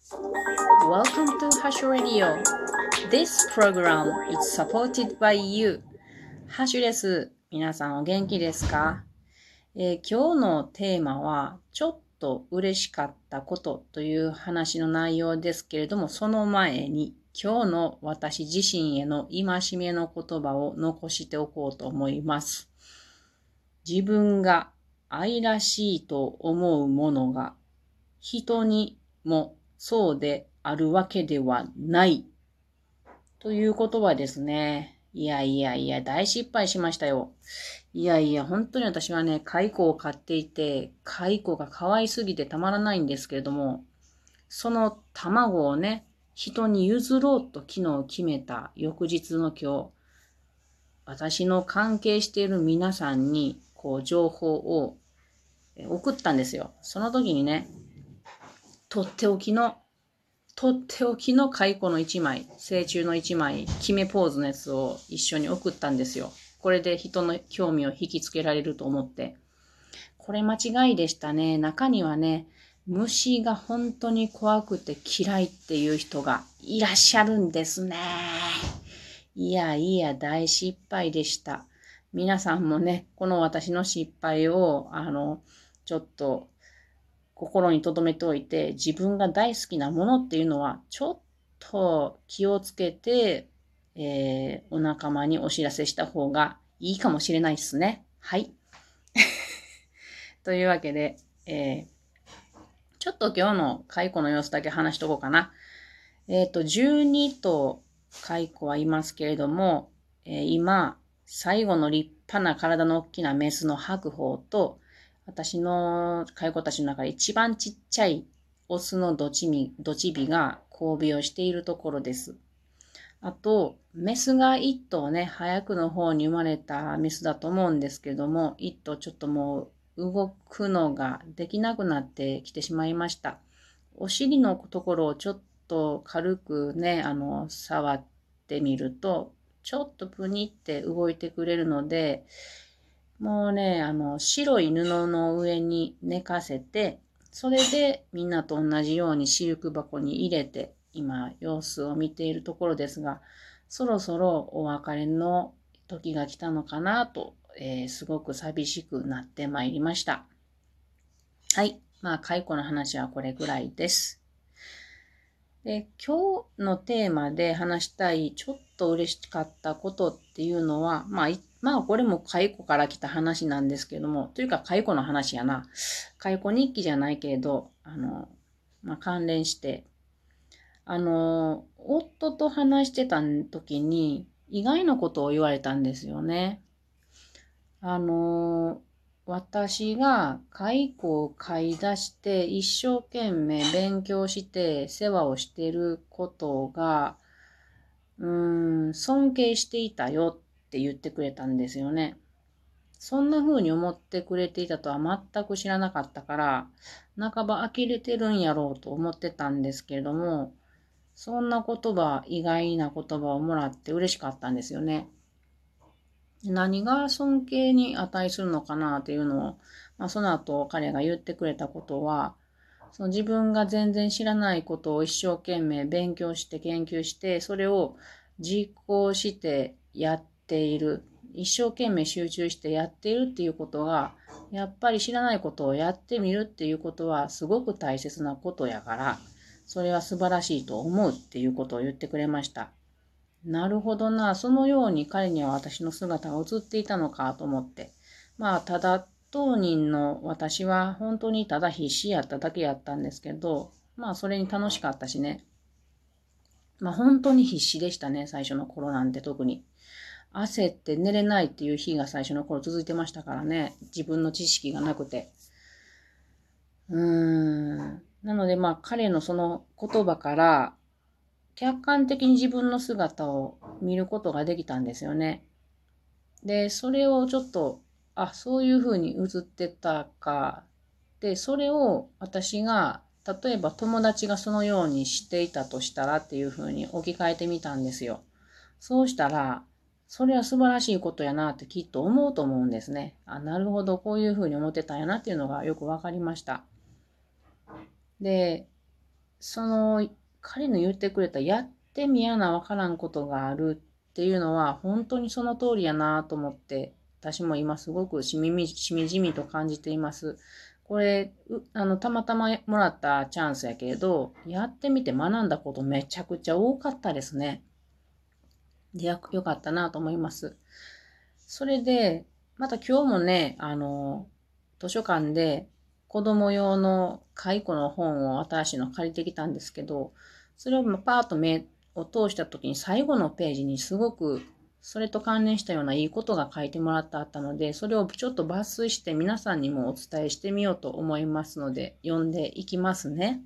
Welcome to Hash Radio. This program is supported by you. ハッシュです。皆さんお元気ですか？今日のテーマはちょっと嬉しかったことという話の内容ですけれども、その前に今日の私自身への戒めの言葉を残しておこうと思います。自分が愛らしいと思うものが人にもそうであるわけではないという言葉ですね。いや、大失敗しましたよ。本当に私はね、蚕を飼っていて、蚕が可愛すぎてたまらないんですけれども、その卵をね、人に譲ろうと昨日決めた翌日の今日、私の関係している皆さんに、情報を送ったんですよ。その時にね、とっておきの蚕の一枚、成虫の一枚、決めポーズのやつを一緒に送ったんですよ。これで人の興味を引きつけられると思って。これ間違いでしたね。中にはね、虫が本当に怖くて嫌いっていう人がいらっしゃるんですね。大失敗でした。皆さんもね、この私の失敗を、ちょっと心に留めておいて、自分が大好きなものっていうのは、ちょっと気をつけて、お仲間にお知らせした方がいいかもしれないですね。はい。というわけで、ちょっと今日の蚕の様子だけ話しとこうかな。12頭蚕はいますけれども、今、最後の立派な体の大きなメスの白鳳と、私の蚕たちの中で一番ちっちゃいオスのドチビが交尾をしているところです。あと、メスが一頭ね、早くの方に生まれたメスだと思うんですけども、一頭ちょっともう動くのができなくなってきてしまいました。お尻のところをちょっと軽くね、触ってみると、ちょっとプニって動いてくれるので、もうね、白い布の上に寝かせて、それでみんなと同じようにシルク箱に入れて、今様子を見ているところですが、そろそろお別れの時が来たのかなと、すごく寂しくなってまいりました。はい。蚕の話はこれぐらいです。で、今日のテーマで話したい、ちょっと嬉しかったことっていうのは、これも蚕から来た話なんですけども、というか蚕の話やな。蚕日記じゃないけれど、関連して、夫と話してた時に、意外なことを言われたんですよね。私が蚕を飼い出して一生懸命勉強して世話をしていることが、尊敬していたよって言ってくれたんですよね。そんな風に思ってくれていたとは全く知らなかったから、半ば呆れてるんやろうと思ってたんですけれども、そんな意外な言葉をもらって嬉しかったんですよね。何が尊敬に値するのかなっていうのを、その後彼が言ってくれたことは、その自分が全然知らないことを一生懸命勉強して研究して、それを実行してやっている。一生懸命集中してやっているっていうことが、やっぱり知らないことをやってみるっていうことはすごく大切なことやから、それは素晴らしいと思うっていうことを言ってくれました。なるほどな。そのように彼には私の姿が映っていたのかと思って。ただ当人の私は本当にただ必死やっただけやったんですけど、それに楽しかったしね。本当に必死でしたね、最初の頃なんて特に。焦って寝れないっていう日が最初の頃続いてましたからね。自分の知識がなくて。なので彼のその言葉から、客観的に自分の姿を見ることができたんですよね。で、それをちょっと、そういう風に映ってたか。で、それを私が、例えば友達がそのようにしていたとしたらっていう風に置き換えてみたんですよ。そうしたら、それは素晴らしいことやなってきっと思うと思うんですね。なるほど、こういう風に思ってたんやなっていうのがよくわかりました。で、 彼の言ってくれたやってみやなわからんことがあるっていうのは本当にその通りやなと思って、私も今すごくしみじみと感じています。これ、たまたまもらったチャンスやけれど、やってみて学んだことめちゃくちゃ多かったですね。で、よかったなと思います。それで、また今日もね、図書館で子供用の解雇の本を新しいの借りてきたんですけど、それをパーッと目を通した時に最後のページにすごくそれと関連したようないいことが書いてもらってあったので、それをちょっと抜粋して皆さんにもお伝えしてみようと思いますので、読んでいきますね。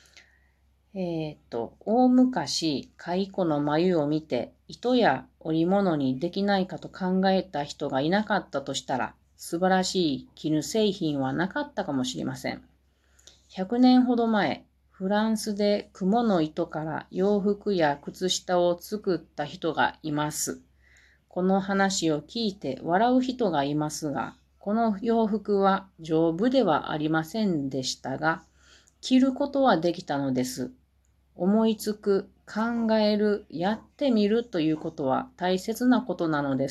大昔、蚕の繭を見て、糸や織物にできないかと考えた人がいなかったとしたら、素晴らしい絹製品はなかったかもしれません。100年ほど前、フランスで蜘の糸から洋服や靴下を作った人がいます。この話を聞いて笑う人がいますが、この洋服は丈夫ではありませんでしたが、着ることはできたのです。思いつく、考える、やってみるということは大切なことなのです。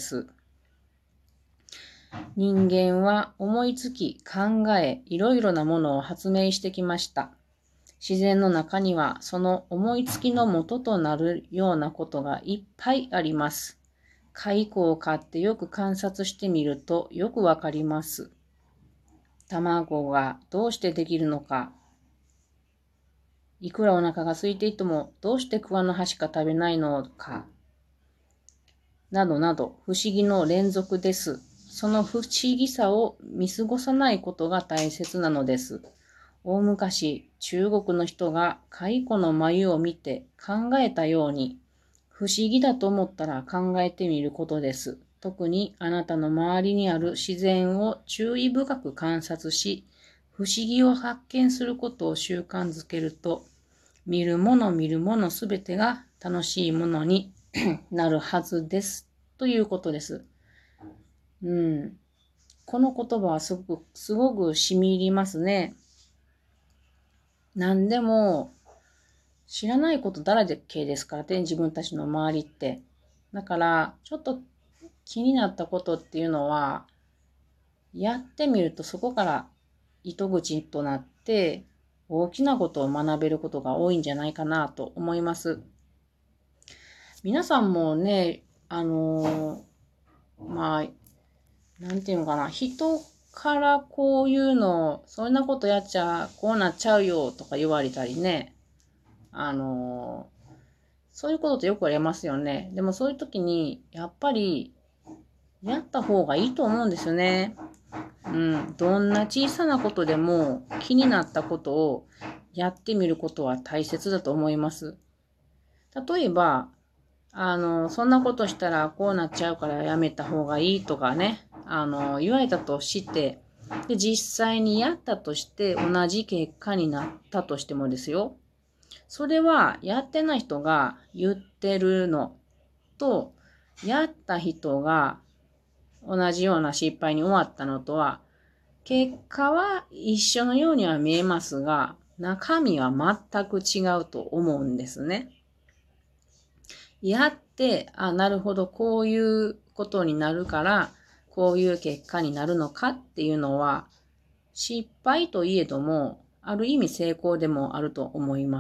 人間は思いつき、考え、いろいろなものを発明してきました。自然の中にはその思いつきの元となるようなことがいっぱいあります。蚕を飼ってよく観察してみるとよくわかります。卵がどうしてできるのか、いくらお腹が空いていてもどうして桑の葉しか食べないのか、などなど不思議の連続です。その不思議さを見過ごさないことが大切なのです。大昔、中国の人が蚕の繭を見て考えたように、不思議だと思ったら考えてみることです。特にあなたの周りにある自然を注意深く観察し、不思議を発見することを習慣づけると、見るものすべてが楽しいものになるはずです。ということです。この言葉はすごく染み入りますね。何でも知らないことだらけですからね、自分たちの周りって。だから、ちょっと気になったことっていうのは、やってみるとそこから糸口となって、大きなことを学べることが多いんじゃないかなと思います。皆さんもね、なんていうのかな、人からこういうの、そんなことやっちゃ、こうなっちゃうよとか言われたりね、そういうことってよくありますよね。でもそういう時に、やっぱり、やった方がいいと思うんですよね。どんな小さなことでも気になったことをやってみることは大切だと思います。例えば、そんなことしたらこうなっちゃうからやめた方がいいとかね、言われたとして、で、実際にやったとして同じ結果になったとしてもですよ。それはやってない人が言ってるのと、やった人が同じような失敗に終わったのとは、結果は一緒のようには見えますが、中身は全く違うと思うんですね。やって、なるほど、こういうことになるから、こういう結果になるのかっていうのは、失敗といえども、ある意味成功でもあると思います。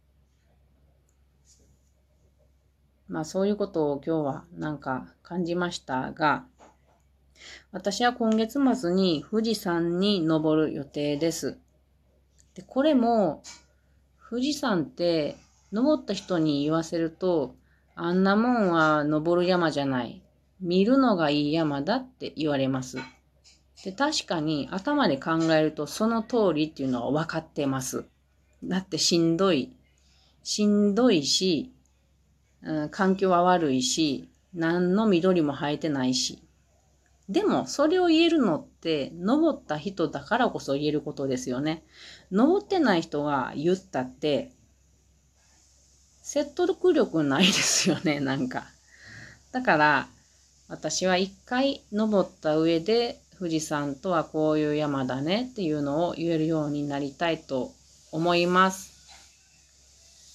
そういうことを今日はなんか感じましたが、私は今月末に富士山に登る予定です。で、これも富士山って登った人に言わせると、あんなもんは登る山じゃない。見るのがいい山だって言われます。で、確かに頭で考えるとその通りっていうのは分かってます。だってしんどいし、環境は悪いし、何の緑も生えてないし。でも、それを言えるのって、登った人だからこそ言えることですよね。登ってない人が言ったって、説得力ないですよね、なんか。だから、私は一回登った上で、富士山とはこういう山だねっていうのを言えるようになりたいと思います。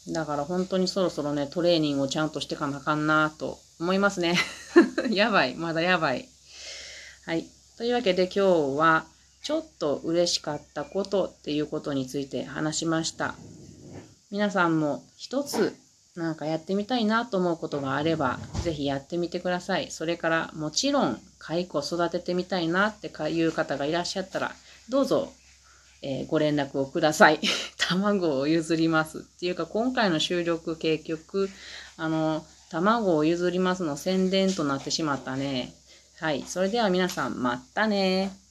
だから本当にそろそろね、トレーニングをちゃんとしてかなあかんなと思いますね。やばい。まだやばい。はい。というわけで今日は、ちょっと嬉しかったことっていうことについて話しました。皆さんも一つなんかやってみたいなと思うことがあれば、ぜひやってみてください。それからもちろん、蚕を育ててみたいなっていう方がいらっしゃったら、どうぞ、ご連絡をください。卵を譲ります。っていうか、今回の収録結局、卵を譲りますの宣伝となってしまったね。はい。それでは皆さん、またね。